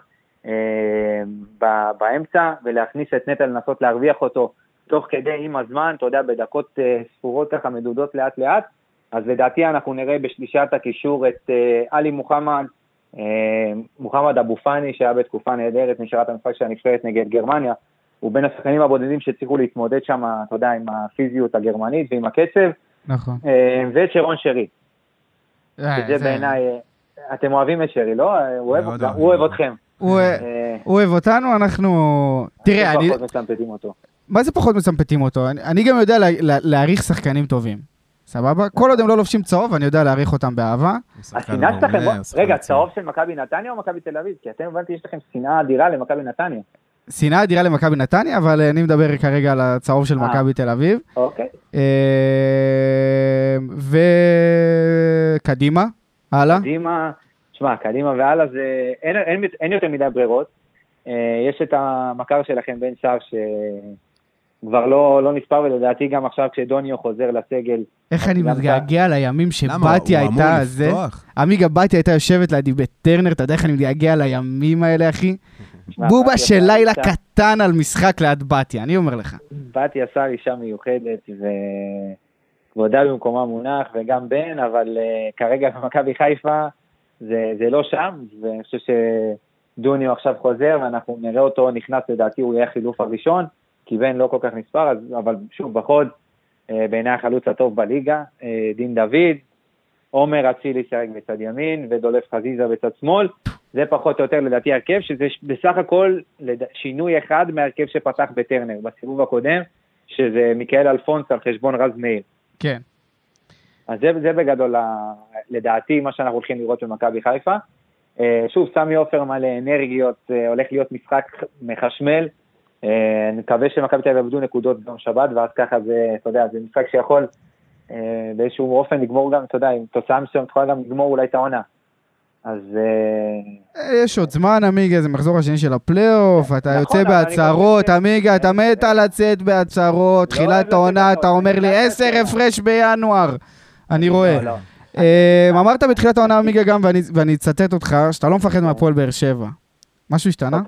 באמצע, ולהכניס את נטע לנסות להרוויח אותו, תוך כדי עם הזמן, אתה יודע, בדקות ספורות ככה מדודות לאט לאט, אז לדעתי אנחנו נראה בשלישת הקישור את אלי מוחמד, מוחמד אבו פאני, שהיה בתקופה נהדרת נשארת המשחק של הנבחרת נגד גרמניה, הוא בין השחקנים הבודדים שצריכו להתמודד שם, אתה יודע, עם הפיזיות הגרמנית ועם הקצב, נכון. ואת שרון שרי. שזה בעיניי, אתם אוהבים את שרי, לא? הוא אוהב אתכם. הוא אוהב אותנו, אנחנו... תראה, אני... פחות מסמפטים אותו. מה זה פחות מסמפטים אותו? אני גם יודע להעריך שחקנים טובים. סבבה? כל עוד הם לא לובשים צהוב, אני יודע להעריך אותם באהבה. השנאה שלכם, רגע, צהוב של מכבי נתניה או מכבי תל אביב? כי אתם הבנתי, יש לכם שנאה אדירה למכבי נתניה. שנאה אדירה למכבי נתניה, אבל אני מדבר כרגע על הצהוב של מכבי תל אביב. אוקיי. וקדימה, הלאה. קדימה והלאה זה... אין יותר מדי ברירות. יש את המכר שלכם בן שער שכבר לא נספר, ולדעתי גם עכשיו כשדוניו חוזר לסגל. איך אני מתגעגע לימים שבאתי הייתה זה. עמיגה באתי הייתה יושבת לידי בטרנר, אתה יודע איך אני מתגעגע לימים האלה, אחי? בובה של לילה קטן על משחק ליד באתי, אני אומר לך. באתי עשה אישה מיוחדת, וכבודה במקומה מונח, וגם בן, אבל כרגע במכבי חיפה זה לא שם, ואני חושב שדוניו עכשיו חוזר, ואנחנו נראה אותו נכנס, לדעתי הוא יהיה החילוף הראשון, כי בן לא כל כך נספר, אבל שוב בחוד, בעיני החלוץ הטוב בליגה, דין דוד, עומר אצילי שיחק בצד ימין, ודולף חזיזה בצד שמאל, זה פחות או יותר לדעתי הרכב, שזה בסך הכל שינוי אחד מהרכב שפתח בטרנר, בסיבוב הקודם, שזה מיקאל אלפונס על חשבון רז מאיר. כן. אז זה בגדול, לדעתי, מה שאנחנו הולכים לראות במכבי חיפה. שוב, סמי עופר מלא אנרגיות, הולך להיות משחק מחשמל, אני מקווה שמכבי תל אביב יעבדו נקודות ביום שבת, ואז ככה זה, אתה יודע, זה משחק שיכול באיזשהו אופן לגמור גם, אתה יודע, עם תוצאה מסוים, תוכל גם לגמור אולי את העונה. אז... יש עוד זמן, אמיגה, זה מחזור השני של הפלייאוף, אתה יוצא בהצהרות, אמיגה, אתה מת על לצאת בהצהרות, תחילת העונה, אתה אומר לי 10 הפרש בינואר, אני רואה. אמרת בתחילת העונה, אמיגה, גם, ואני אצטט אותך, שאתה לא מפחד מהפועל באר שבע. משהו השתנה?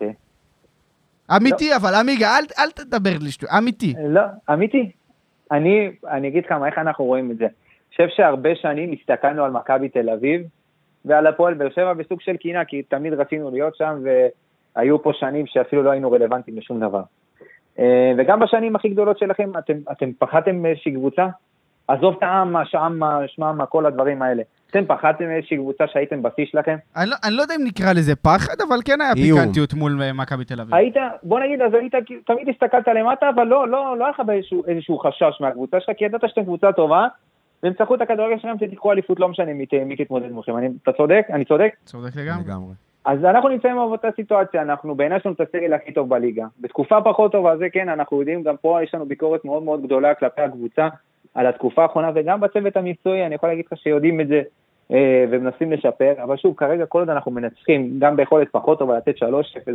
אמיתי, אבל אמיגה, אל תדבר לי שטוי, אמיתי. לא, אמיתי. אני אגיד לך איך אנחנו רואים את זה. אני חושב שהרבה שנים הסתכלנו על מכבי תל אביב, ועל הפועל באר שבע בסוג של קינה, כי תמיד רצינו להיות שם, והיו פה שנים שאפילו לא היינו רלוונטיים לשום דבר. וגם בשנים הכי גדולות שלכם, אתם פחדתם מאיזושהי קבוצה? עזוב את העם, שמם, כל הדברים האלה. אתם פחדתם מאיזושהי קבוצה שהייתם בשיא שלכם? אני לא יודע אם נקרא לזה פחד, אבל כן היה פיקנטיות מול מכבי תל אביב. בוא נגיד, אז תמיד הסתכלת למטה, אבל לא היה לך איזשהו חשש מהקבוצה שלך, כי ידעת שאתם קבוצה טובה, והם צחקו את הכדורגל שלכם שתיקחו אליפות, לא משנה מי תתמודד מולכם. אתה צודק? אני צודק? צודק לגמרי. אז אנחנו נמצאים באותה סיטואציה, אנחנו בעיניי שלנו את הסגל הכי טוב בליגה. בתקופה פחות טובה, זה כן, אנחנו יודעים, גם פה יש לנו ביקורת מאוד מאוד גדולה כלפי הקבוצה על התקופה האחרונה, וגם בצוות המקצועי, אני יכול להגיד לך שיודעים את זה ומנסים לשפר, אבל שוב, כרגע כל עוד אנחנו מנצחים, גם ביכולת פחות טובה לתת 3-0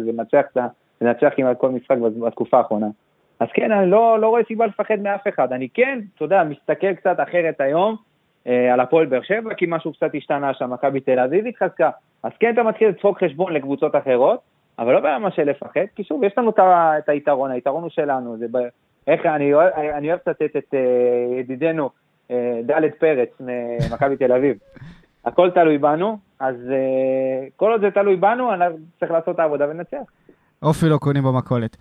ולנצח כמעט כל משחק בתקופה האחרונה. אז כן, אני לא רואה סיבה לפחד מאף אחד. אני כן, אתה יודע, מסתכל קצת אחרת היום על הפועל באר שבע, כי משהו קצת השתנה שם, מכבי תל אביב התחזקה. אז כן, אתה מתחיל לצחוק חשבון לקבוצות אחרות, אבל לא ברמה של לפחד, כי שוב, יש לנו את היתרון, היתרון הוא שלנו, זה איך אני אוהב לצטט את ידידנו דלת פרץ ממכבי תל אביב. הכל תלוי בנו, אז כל עוד זה תלוי בנו, אני צריך לעשות את העבודה ונצח. אופי לא קונים במכולת.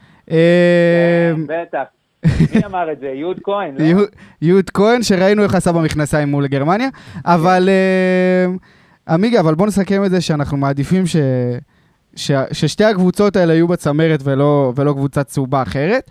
בטח. מי אמר את זה? יוד כהן, לא? יוד כהן, שראינו איך עשה במכנסיים מול גרמניה, אבל אמיגה, אבל בוא נסכם את זה שאנחנו מעדיפים ששתי הקבוצות האלה יהיו בצמרת ולא קבוצת צהובה אחרת.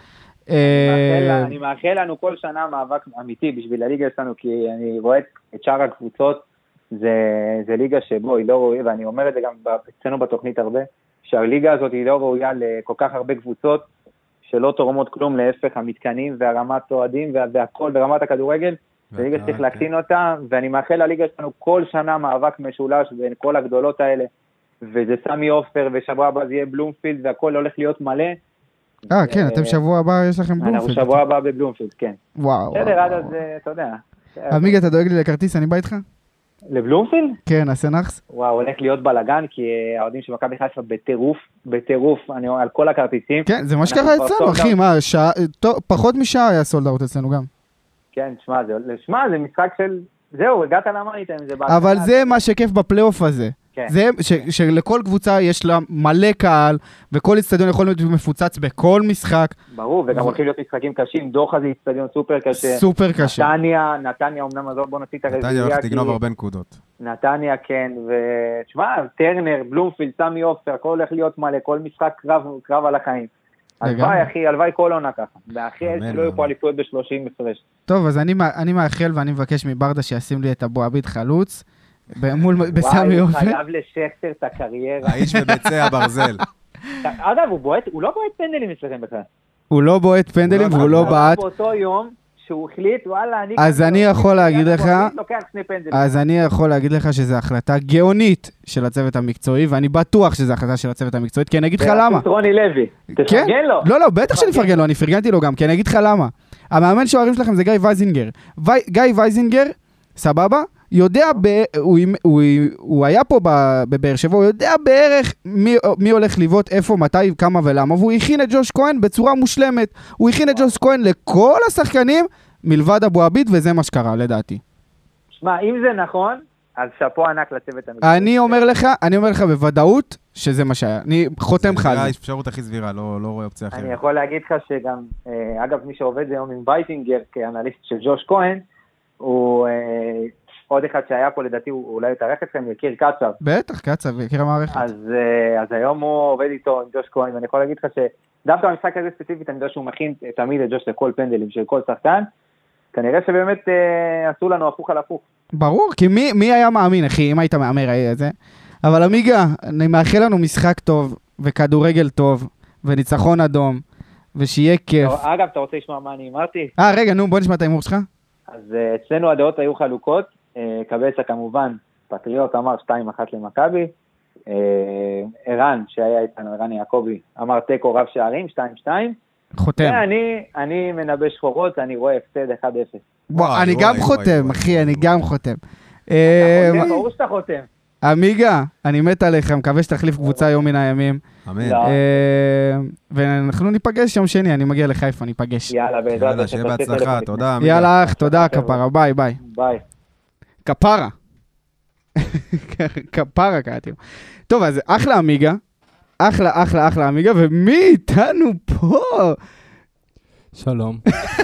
אני מאחל לנו כל שנה מאבק אמיתי בשביל הליגה שלנו, כי אני רואה את שאר הקבוצות, זה ליגה שבו היא לא ראויה, ואני אומר את זה גם אצלנו בתוכנית הרבה, שהליגה הזאת היא לא ראויה לכל כך הרבה קבוצות שלא תורמות כלום, להפך המתקנים והרמת אוהדים והכל ברמת הכדורגל, זה ליגה שצריך להקטין אותה, ואני מאחל לליגה שלנו כל שנה מאבק משולש בין כל הגדולות האלה, וזה סמי עופר, ושבוע הבא זה יהיה בלומפילד, והכל הולך להיות מלא. כן, אתם שבוע הבא יש לכם בלומפילד. אנחנו שבוע הבא בבלומפילד, כן. וואו. בסדר, עד אז, אתה יודע. אמיגה, אתה דואג לי לכרטיס, אני בא איתך? לבלומפילד? כן, נעשה נחס. וואו, הולך להיות בלגן, כי האוהדים של מכבי חיפה בטירוף, אני אומר, על כל הכרטיסים. כן, זה מה שקרה אצלנו, אחי, מה, פחות משעה היה סולד אאוט אצלנו גם. כן, שמע, זה משחק של, זהו, הגעת למענית עם זה. אבל זה מה שכיף בפלייאוף הזה. זה שלכל קבוצה יש לה מלא קהל, וכל אצטדיון יכול להיות מפוצץ בכל משחק. ברור, וגם הולכים להיות משחקים קשים, דוחה זה אצטדיון סופר קשה. סופר קשה. נתניה אומנם הזאת, בוא נוציא את הרזייה. נתניה הולך תגנוב הרבה נקודות. נתניה כן, ושמע, טרנר, בלומפילד, סמי עופר, הכל הולך להיות מלא, כל משחק קרב על החיים. הלוואי, אחי, הלוואי כל עונה ככה. באחי, שלא יהיו פה אליפויות ב-30 הפרש. טוב, אז אני מאחל ואני מבקש מברדה שישים לי את אבו עביד חלוץ. בסמי עופר. וואי, הוא חייב לשכתר את הקריירה. האיש בביצי הברזל. אגב, הוא לא בועט פנדלים אצלכם בכלל. הוא לא בועט פנדלים והוא לא בעט. באותו יום שהוא החליט, וואלה, אז אני יכול להגיד לך שזו החלטה גאונית של הצוות המקצועי, ואני בטוח שזו החלטה של הצוות המקצועית, כי אני אגיד לך למה. רוני לוי, תפרגן לו. לא, בטח שאני אפרגן לו, אני פרגנתי לו גם, כי אני אגיד לך למה. המאמן שוערים שלכם זה גיא וייזינגר. גיא וייזינגר, סבבה? יודע, הוא היה פה בבאר שבע, הוא יודע בערך מי הולך לבעוט, איפה, מתי, כמה ולמה, והוא הכין את ג'וש כהן בצורה מושלמת. הוא הכין את ג'וש כהן לכל השחקנים, מלבד אבו עביד, וזה מה שקרה, לדעתי. שמע, אם זה נכון, אז שפו ענק לצוות המקצועי. אני אומר לך בוודאות שזה מה שהיה. אני חותם לך על זה. זה האפשרות הכי סבירה, לא רואה אופציה אחרת. אני יכול להגיד לך שגם, אגב, מי שעובד היום עם וייזינגר, כאנליסט של ג'וש כהן, הוא עוד אחד שהיה פה, לדעתי, הוא אולי יתארח אתכם, יקיר קצב. בטח, קצב, יקיר המערכת. אז היום הוא עובד איתו עם ג'וש כהן, ואני יכול להגיד לך שדווקא במשחק הזה ספציפית, אני יודע שהוא מכין תמיד את ג'וש לכל פנדלים של כל שחקן, כנראה שבאמת עשו לנו הפוך על הפוך. ברור, כי מי היה מאמין, אחי, אם היית מאמר זה. אבל אמיגה, אני מאחל לנו משחק טוב, וכדורגל טוב, וניצחון אדום, ושיהיה כיף. אגב, אתה רוצה לשמוע מה אני אמרתי? רגע, נו, בוא נשמע את האימור שלך. אז אצלנו הדעות היו חלוקות, קבסה כמובן, פטריוט אמר 2-1 למכבי, ערן שהיה איתנו, ערן יעקבי, אמר תיקו רב שערים, 2-2, חותם. ואני מנבא שחורות, אני רואה הפסד 1-0. וואי, אני גם חותם, אחי, אני גם חותם. ברור שאתה חותם. אמיגה, אני מת עליך, מקווה שתחליף קבוצה יום מן הימים. אמן. ואנחנו ניפגש יום שני, אני מגיע לחיפה, ניפגש. יאללה, בעזרת. שיהיה בהצלחה, תודה אמיגה. יאללה אח, תודה, כפרה, ביי. ביי. כפרה. כפרה קראתי לו. טוב, אז אחלה אמיגה, אחלה אמיגה, ומי איתנו פה? שלום.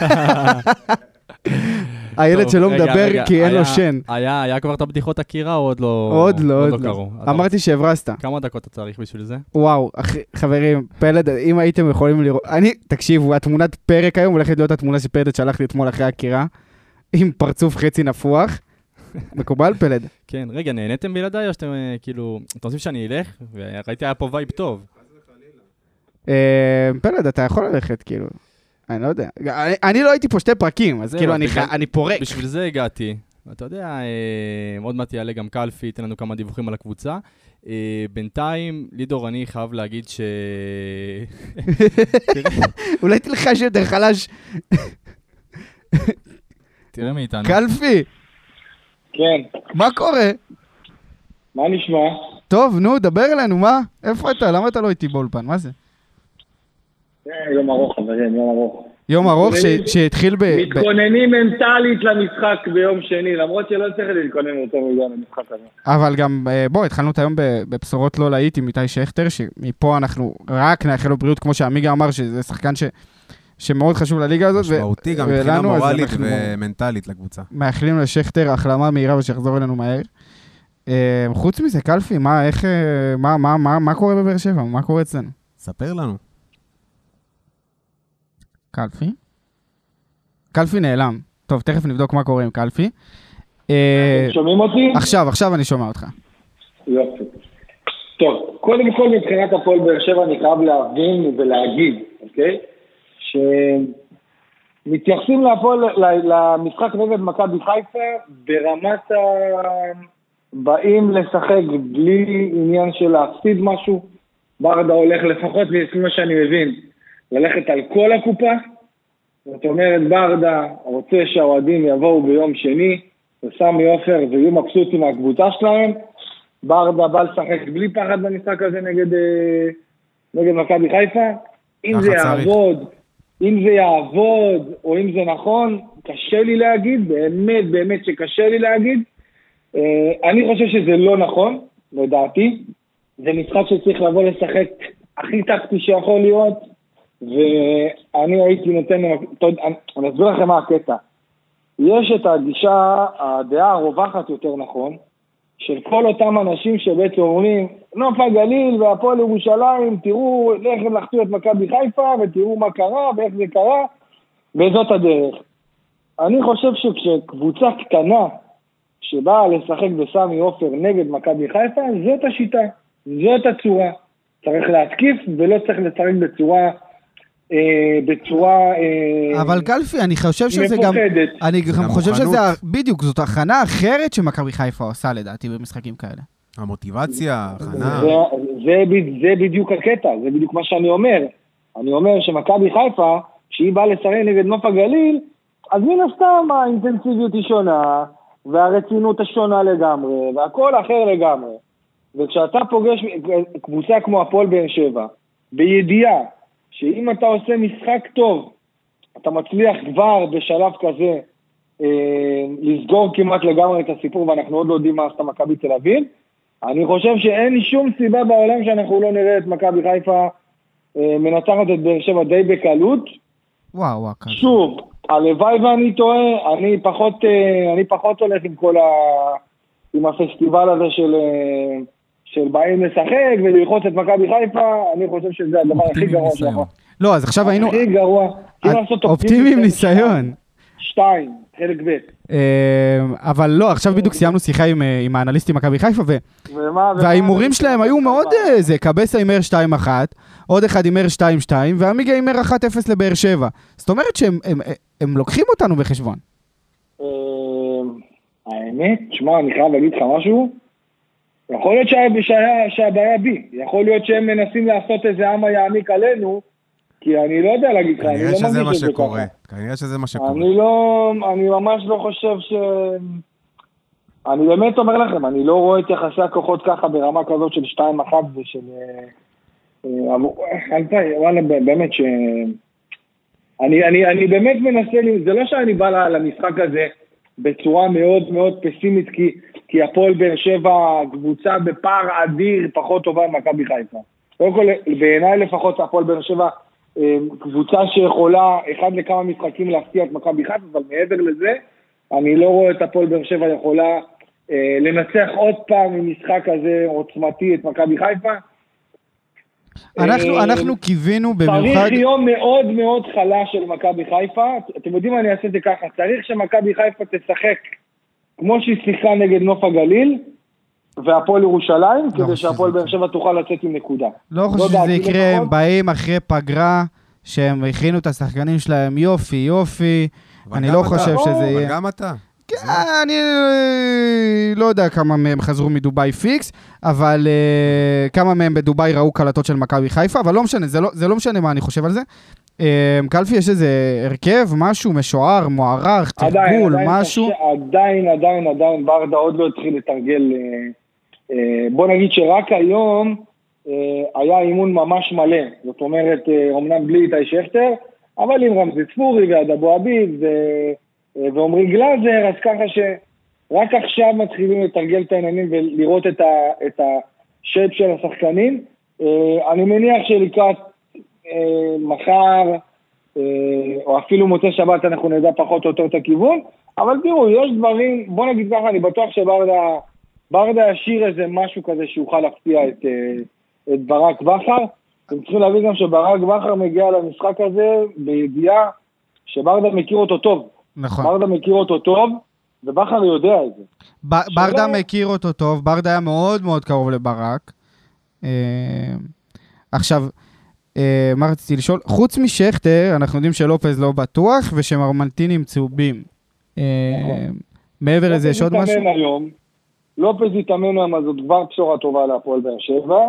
הילד שלא מדבר כי אין לו שן. היה כבר את הבדיחות הקירה או עוד לא? עוד לא. אמרתי שהברסת. כמה דקות אתה צריך בשביל זה? וואו, חברים, פלד, אם הייתם יכולים לראות, תקשיבו, התמונת פרק היום הולכת להיות התמונה שפלד שלח לי אתמול אחרי הקירה, עם פרצוף חצי נפוח. מקובל פלד? כן, רגע, נהניתם בלעדיי או שאתם כאילו, אתם רוצים שאני אלך? וראיתי היה פה וייב טוב. פלד, אתה יכול ללכת כאילו. אני לא יודע. אני לא הייתי פה 2 פרקים, אז כאילו אני פורק. בשביל זה הגעתי. אתה יודע, עוד מעט יעלה גם קלפי, ייתן לנו כמה דיווחים על הקבוצה. בינתיים, לידור, אני חייב להגיד ש... אולי תלחש יותר חלש. תראה מאיתנו. קלפי. כן. מה קורה? מה נשמע? טוב, נו, דבר אלינו, מה? איפה אתה? למה אתה לא איתי באולפן? מה זה? יום ארוך, חברים, יום ארוך. יום ארוך שהתחיל מתכוננים מנטלית למשחק ביום שני, למרות שלא צריך להתכונן יותר מדי למשחק הזה. אבל גם, בוא, התחלנו את היום בבשורות לא להיט עם איתי שכטר, שמפה אנחנו רק נאחל לו בריאות, כמו שעמיגה אמר, שזה שחקן שמאוד חשוב לליגה הזאת. משמעותי גם מבחינה מורלית ומנטלית לקבוצה. מאחלים לשכטר החלמה מהירה ושיחזור אלינו מהר. חוץ מזה, קלפי, מה קורה בבאר שבע? מה קורה אצלנו? ספר לנו. קלפי נעלם. טוב, תכף נבדוק מה קורה עם קלפי. שומעים אותי? עכשיו אני שומע אותך. יופי. טוב, קודם כל מבחינת הפועל באר שבע אני חייב להבין ולהגיד, אוקיי? שמתייחסים למשחק נגד מכבי חיפה ברמת באים לשחק בלי עניין של להפסיד משהו. ברדה הולך לפחות, לפי מה שאני מבין, ללכת על כל הקופה. זאת אומרת, ברדה רוצה שהאוהדים יבואו ביום שני, וסמי עופר ויהיו מבסוטים מהקבוצה שלהם. ברדה בא לשחק בלי פחד במשחק הזה נגד מכבי חיפה. אם זה יעבוד, או אם זה נכון, קשה לי להגיד, באמת שקשה לי להגיד. אני חושב שזה לא נכון, לדעתי. זה משחק שצריך לבוא לשחק הכי טקטי שיכול להיות, ואני הייתי נותן, אני אסביר לכם מה הקטע. יש את הגישה, הדעה הרווחת יותר נכון, של כל אותם אנשים שבעצם אומרים, נוף הגליל והפועל ירושלים, תראו איך הם לחצו את מכבי חיפה, ותראו מה קרה ואיך זה קרה, וזאת הדרך. אני חושב שכשקבוצה קטנה, שבאה לשחק בסמי עופר נגד מכבי חיפה, זאת השיטה, זאת הצורה. צריך להתקיף ולא צריך לשחק בצורה אבל קלפי, אני חושב שזה גם אני גם חושב שזה בדיוק, זאת הכנה אחרת שמכבי חיפה עושה לדעתי במשחקים כאלה. המוטיבציה, הכנה. זה בדיוק הקטע, זה בדיוק מה שאני אומר. אני אומר שמכבי חיפה, כשהיא באה לשחק נגד נוף הגליל, אז מן הסתם האינטנסיביות היא שונה, והרצינות השונה לגמרי, והכל אחר לגמרי. וכשאתה פוגש קבוצה כמו הפועל באר שבע, בידיעה שאם אתה עושה משחק טוב, אתה מצליח כבר בשלב כזה לסגור כמעט לגמרי את הסיפור, ואנחנו עוד לא יודעים מה עשתה מכבי תל אביב. אני חושב שאין שום סיבה בעולם שאנחנו לא נראה את מכבי חיפה מנצחת את באר שבע די בקלות. וואו. שוב, הלוואי ואני טועה, אני פחות הולך עם הפסטיבל הזה של באים לשחק וללחוץ את מכבי חיפה. אני חושב שזה הדבר הכי גרוע שלך. לא, אז עכשיו היינו הכי גרוע. אופטימיים ניסיון. 2, חלק ב'. אבל לא, עכשיו בדיוק סיימנו שיחה עם האנליסטים מכבי חיפה, והאימורים שלהם היו מאוד זה, קבסה אימר 2-1, עוד אחד אימר 2-2, והמיגה אימר 1-0 לבאר שבע. זאת אומרת שהם לוקחים אותנו בחשבון. האמת, שמע, אני חייב להגיד לך משהו, יכול להיות שהבעיה בי, יכול להיות שהם מנסים לעשות איזה עם יעמיק עלינו, כי אני לא יודע להגיד לך, כנראה שזה מה שקורה. כנראה שזה מה שקורה. אני ממש לא חושב אני באמת אומר לכם, אני לא רואה את יחסי הכוחות ככה ברמה כזאת של 2-1 ושל וואלה, באמת אני באמת מנסה, זה לא שאני בא למשחק הזה בצורה מאוד מאוד פסימית, כי הפועל באר שבע קבוצה בפער אדיר פחות טובה ממכבי חיפה. קודם כל, בעיניי לפחות הפועל באר שבע קבוצה שיכולה אחד לכמה משחקים להפתיע את מכבי חיפה, אבל מעבר לזה, אני לא רואה את הפועל באר שבע יכולה לנצח עוד פעם ממשחק הזה עוצמתי את מכבי חיפה. אנחנו קיווינו במיוחד... צריך יום מאוד מאוד חלש של מכבי חיפה. אתם יודעים מה, אני אעשה את זה ככה. צריך שמכבי חיפה תשחק כמו שהיא שיחקה נגד נוף הגליל והפועל ירושלים, כדי שהפועל באר שבע תוכל לצאת עם נקודה. לא חושב שזה יקרה, הם באים אחרי פגרה שהם הכינו את השחקנים שלהם יופי. אני לא חושב שזה יהיה... וגם אתה. אני לא יודע כמה מהם חזרו מדוביי פיקס, אבל כמה מהם בדוביי ראו קלטות של מכבי חיפה, אבל לא משנה, זה לא משנה מה אני חושב על זה. קלפי, יש איזה הרכב, משהו משוער, מוערך, תרגול, משהו? עדיין ברדה עוד לא התחיל לתרגל בוא נגיד שרק היום היה אימון ממש מלא, זאת אומרת, אומנם בלי איתי שכטר, אבל עם רמזי צפורי ועד אבו אביב ועומרי גלאזר, אז ככה שרק עכשיו מתחילים לתרגל את העניינים ולראות את השייפ של השחקנים. אני מניח שלקראת מחר, או אפילו מוצא שבת, אנחנו נדע פחות או יותר את הכיוון, אבל תראו, יש דברים, בוא נגיד ככה, אני בטוח שברדה ישיר איזה משהו כזה שיוכל להפתיע את ברק בכר. אתם צריכים להבין גם שברק בכר מגיע למשחק הזה בידיעה שברדה מכיר אותו טוב. נכון. ברדה מכיר אותו טוב, ובכר יודע את זה. ברדה מכיר אותו טוב, ברדה היה מאוד מאוד קרוב לברק. עכשיו, מה רציתי לשאול? חוץ משכטר, אנחנו יודעים שלופז לא בטוח, ושמרמנטינים צהובים. מעבר לזה, יש עוד משהו? לופז יתאמן היום, אז זאת כבר בשורה טובה להפועל באר שבע.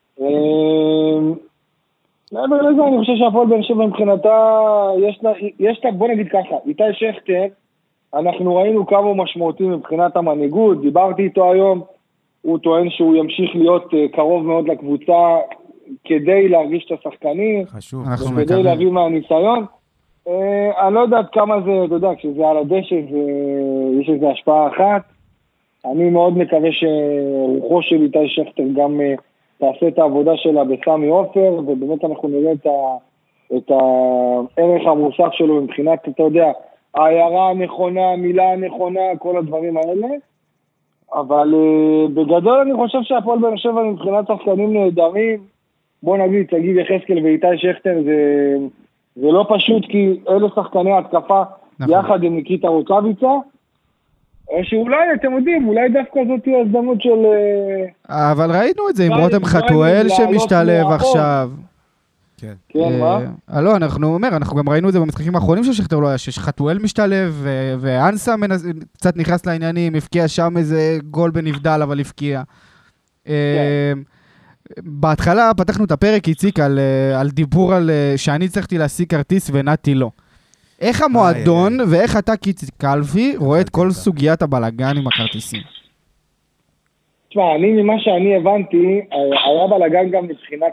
מעבר לזה, אני חושב שהפועל באר שבע מבחינתה, יש לה, בוא נגיד ככה, איתי שכטר, אנחנו ראינו כמה משמעותיים מבחינת המנהיגות, דיברתי איתו היום, הוא טוען שהוא ימשיך להיות קרוב מאוד לקבוצה, כדי להרגיש את השחקנים, וכדי להביא מהניסיון. אני לא יודעת כמה זה, אתה יודע, כשזה על הדשא, יש איזו השפעה אחת. אני מאוד מקווה שרוחו של איתי שכטר גם תעשה את העבודה שלה בסמי עופר, ובאמת אנחנו נראה את הערך המוסף שלו מבחינת, אתה יודע, העיירה הנכונה, המילה הנכונה, כל הדברים האלה. אבל בגדול אני חושב שהפועל באר שבע מבחינת שחקנים נהדרים, בוא נגיד, תגיד יחזקאל ואיתי שכטר, זה לא פשוט, כי אלה שחקני התקפה יחד עם ניקיטה רוקאביצה, שאולי, אתם יודעים, אולי דווקא זאת תהיה הזדמנות של... אבל ראינו את זה עם רותם חתואל שמשתלב עכשיו. כן, מה? לא, אנחנו גם ראינו את זה במשחקים האחרונים של שכטר, לא היה שחתואל משתלב, ואנסה קצת נכנס לעניינים, הפקיע שם איזה גול בנבדל, אבל הפקיע. בהתחלה פתחנו את הפרק, איציק, על דיבור על שאני צריכתי להשיג כרטיס ונתי לא. איך המועדון ואיך אתה קלפי רואה את כל סוגיית הבלגן עם הכרטיסים? תשמע, ממה שאני הבנתי, היה בלגן גם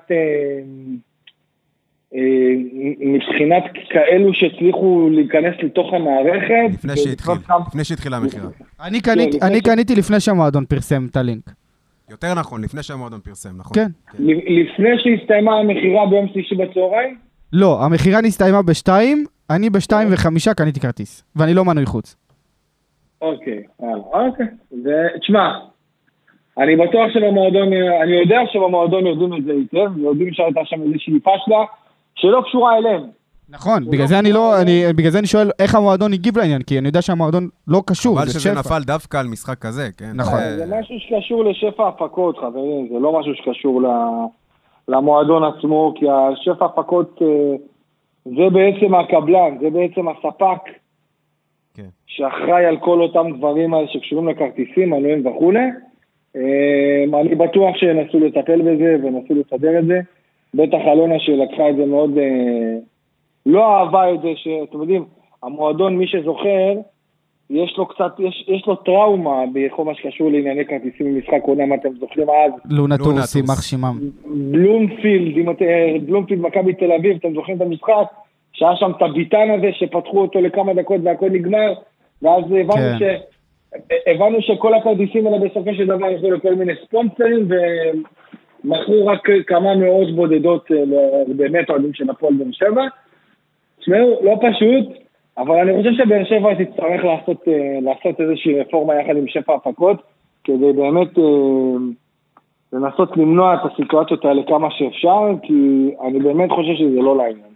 מבחינת כאלו שהצליחו להיכנס לתוך המערכת. לפני שהתחילה המחירה. אני קניתי לפני שהמועדון פרסם את הלינק. יותר נכון, לפני שהמועדון פרסם, נכון? כן. לפני שהסתיימה המחירה ביום שלישי בצהריים? לא, המחירה נסתיימה ב-2, אני ב-2:05 קניתי כרטיס, ואני לא מנוי חוץ. אוקיי. תשמע, אני בטוח שבמועדון, אני יודע שבמועדון יודעים את זה היטב, ויודעים שהייתה שם איזושהי פשלה, שלא קשורה אליהם. נכון, בגלל זה אני שואל איך המועדון הגיב לעניין, כי אני יודע שהמועדון לא קשור, זה שפע. אבל שזה נפל דווקא על משחק כזה, כן? נכון. זה משהו שקשור לשפע הפקות, חברים, זה לא משהו שקשור למועדון עצמו, כי השפע הפקות זה בעצם הקבלן, זה בעצם הספק, שאחראי על כל אותם דברים האלה שקשורים לכרטיסים, מנויים וכו'. אני בטוח שנסו לטפל בזה ונסו לסדר את זה. בטח אלונה שלקחה את זה מאוד, לא אהבה את זה, שאתם יודעים, המועדון, מי שזוכר, יש לו קצת, יש לו טראומה בכל מה שקשור לענייני כרטיסים במשחק עונה, אם אתם זוכרים אז. לונטוס, יימח שמם. בלומפילד, מכבי תל אביב, אתם זוכרים את המשחק, שהיה שם את הביטן הזה שפתחו אותו לכמה דקות והכל נגמר, ואז הבנו שכל הכרטיסים האלה בסופו של דבר יכולו לכל מיני ספונסרים, ומכרו רק כמה מאות בודדות באמת אוהדים של הפועל באר שבע. תשמעו, לא פשוט, אבל אני חושב שבאר שבע תצטרך לעשות איזושהי רפורמה יחד עם שפע הפקות, כדי באמת לנסות למנוע את הסיטואציות האלה כמה שאפשר, כי אני באמת חושב שזה לא לעניין.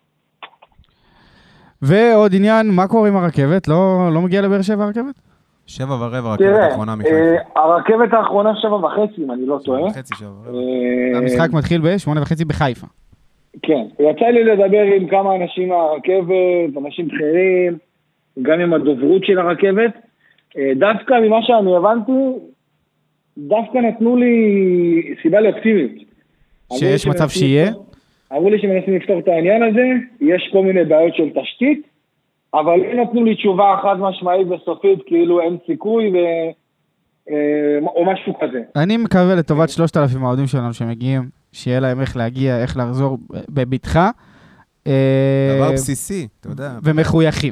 ועוד עניין, מה קורה עם הרכבת? לא מגיע לבאר שבע הרכבת? 7:15 הרכבת האחרונה מחיפה. הרכבת האחרונה 7:30, אם אני לא טועה. 7:30. המשחק מתחיל ב-8:30 בחיפה. כן, יצא לי לדבר עם כמה אנשים מהרכבת, אנשים בכירים, גם עם הדוברות של הרכבת. דווקא ממה שאני הבנתי, דווקא נתנו לי סיבה לאופטימית. שיש מצב שיהיה? אמרו לי שמנסים לפתור את העניין הזה, יש כל מיני בעיות של תשתית, אבל לא נתנו לי תשובה חד משמעית וסופית, כאילו אין סיכוי, או משהו כזה. אני מקווה לטובת 3,000 העודים שלנו שמגיעים, שיהיה להם איך להגיע, איך לחזור בביטחה. דבר בסיסי, אתה יודע. ומחויכים.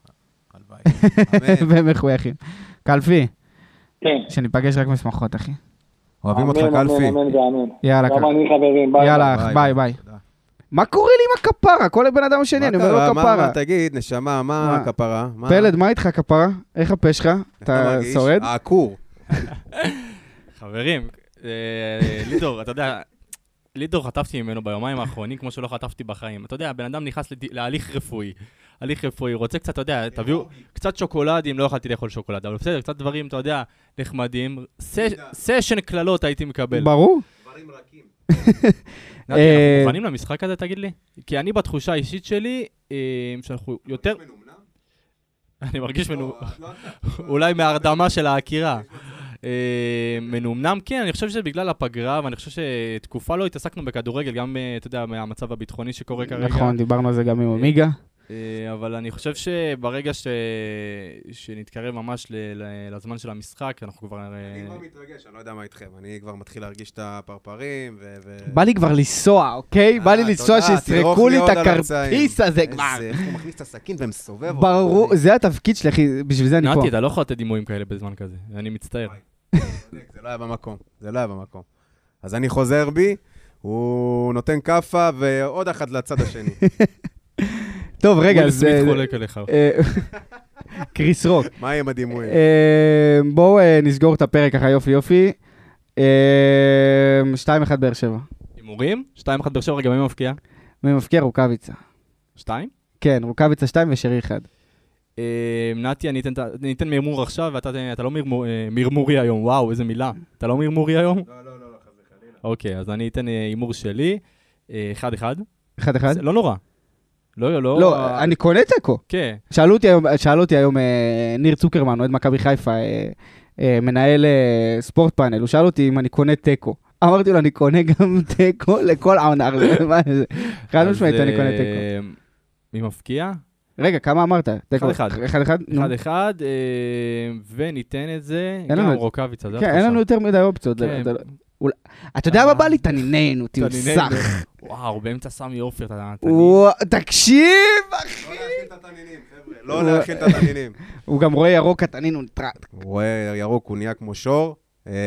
ומחויכים. קלפי. כן. שניפגש רק משמחות, אחי. אוהבים אותך, קלפי. אמן ואמן. יאללה, גם אני חברים, ביי. יאללה, ביי, ביי. מה קורה לי עם הכפרה? כל הבן אדם השני, אני אומר לו כפרה. מה, תגיד, נשמה, מה הכפרה? פלד, מה איתך כפרה? איך הפה שלך? אתה שורד? העקור. חברים, לידור, אתה יודע, לידור חטפתי ממנו ביומיים האחרונים, כמו שלא חטפתי בחיים. אתה יודע, הבן אדם נכנס להליך רפואי. הליך רפואי, רוצה קצת, אתה יודע, תביאו קצת שוקולדים, לא יכולתי לאכול שוקולד, אבל בסדר, קצת דברים, אתה יודע, נחמדים. סשן כללות הייתי מקבל. ברור. דברים רכים. אנחנו מוכנים למשחק הזה, תגיד לי? כי אני בתחושה האישית שלי, שאנחנו יותר... אני מרגיש מנומנם. אולי מהרדמה של ההכירה. מנומנם, כן, אני חושב שזה בגלל הפגרה, ואני חושב שתקופה לא התעסקנו בכדורגל, גם, אתה יודע, מהמצב הביטחוני שקורה כרגע. נכון, דיברנו על זה גם עם אמיגה. אבל אני חושב שברגע שנתקרב ממש לזמן של המשחק, אנחנו כבר... אני כבר מתרגש, אני לא יודע מה איתכם, אני כבר מתחיל להרגיש את הפרפרים בא לי כבר לנסוע, אוקיי? בא לי לנסוע שיסרקו לי את הכרטיס הזה כבר. איך הוא מכניס את הסכין ומסובב אותו. ברור, זה התפקיד שלי, אחי, בשביל זה אני פה. נתי, אתה לא יכול לתת דימויים כאלה בזמן כזה, אני מצטער. זה לא היה במקום, זה לא היה במקום. אז אני חוזר בי, הוא נותן כפה ועוד אחת לצד השני. טוב, רגע, וויל סמית חולק עליך. קריס רוק. מה עם הדימויים? בואו נסגור את הפרק ככה יופי יופי. 2-1 באר שבע. הימורים? 2-1 באר שבע, רגע, מי מפקיע? מי מפקיע? רוקאביצה. 2? כן, רוקאביצה 2 ושרי 1. נתי, אני אתן מרמור עכשיו, ואתה לא מרמורי היום. וואו, איזה מילה. אתה לא מרמורי היום? לא, חס וחלילה. אוקיי, אז אני אתן הימור שלי. 1-1. 1-1? לא נורא. לא, אני קונה תיקו. כן. שאלו אותי היום ניר צוקרמן, אוהד מכבי חיפה, מנהל ספורט פאנל, הוא שאל אותי אם אני קונה תיקו. אמרתי לו, אני קונה גם תיקו לכל העונה. חד משמעית, אני קונה תיקו. מי מפקיע? רגע, כמה אמרת? 1-1. 1-1? וניתן את זה גם רוקאביצה. כן, אין לנו יותר מדי אופציות. אתה יודע מה בא לי? תנינינו, תמסך. וואו, באמצע סמי אופר, תקשיב, אחי. לא להכין את התנינים, חבר'ה. לא להכין את התנינים. הוא גם רואה ירוק, התנין הוא נטרט. הוא רואה ירוק, הוא נהיה כמו שור.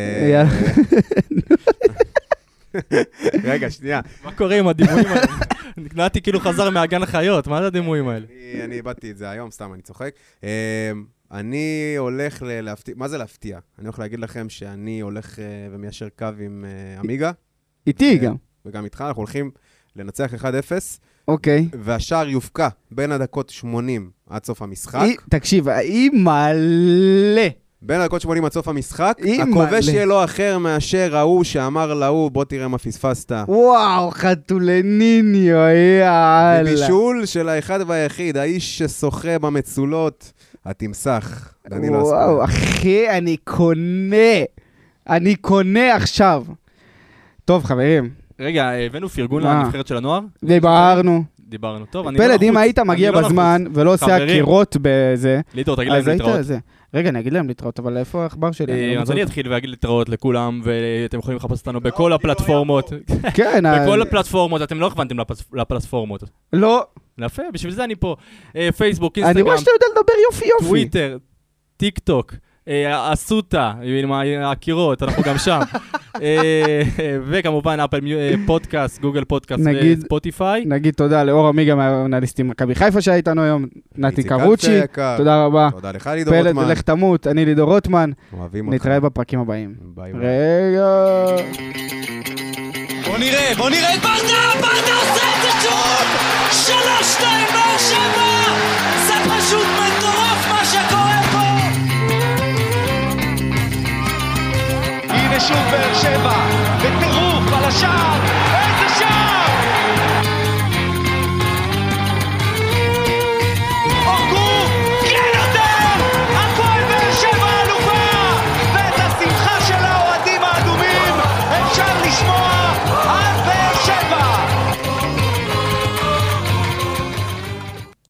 רגע, שנייה. מה קורה עם הדימויים האלה? נקנעתי כאילו חזר מהגן החיות, מה זה הדימויים האלה? אני איבדתי את זה היום, סתם, אני צוחק. אני הולך להפתיע, מה זה להפתיע? אני הולך להגיד לכם שאני הולך ומיישר קו עם אמיגה. איתי גם. וגם איתך, אנחנו הולכים לנצח 1-0. אוקיי. והשער יופקע בין הדקות 80 עד סוף המשחק. תקשיב, היא מלא. בין הדקות 80 עד סוף המשחק, הכובש יהיה לא אחר מאשר ההוא שאמר להוא, בוא תראה מה פספסת. וואו, חתולניניו, יאללה. ובישול של האחד והיחיד, האיש ששוחה במצולות, התמסך. וואו, אחי, אני קונה עכשיו. טוב, חברים. רגע, הבאנו פרגון לנבחרת של הנוער? דיברנו. טוב, אני פלד, אם היית מגיע בזמן ולא עושה הקירות בזה, ליטור, תגיד להם להתראות. רגע, אני אגיד להם להתראות, אבל איפה האחבר שלי? אז אני אתחיל ואגיד להתראות לכולם, ואתם יכולים לחפש אותנו בכל הפלטפורמות. כן. בכל הפלטפורמות, אתם לא הכוונתם לפלטפורמות. לא. יפה, בשביל זה אני פה. פייסבוק, אינסטגרם. אני רואה שאתה יודע לדבר יופי. טוויטר, טיק טוק. אסוטה, עם הקירות, אנחנו גם שם. וכמובן אפל פודקאסט, גוגל פודקאסט וספוטיפיי. נגיד תודה לאור אמיגה מהאנליסטים מכבי חיפה שהיה איתנו היום, נתי קרוצ'י, תודה רבה. תודה לך לידור רוטמן. פלד לך תמות, אני לידור רוטמן. אוהבים אותך. נתראה בפרקים הבאים. ביי. רגע. בוא נראה את ברדה עושה את זה שוב! 3-2 באר שבע! זה פשוט מטורף מה שקורה פה! הנה שוב באר שבע, בטירוף על השער, איזה שער!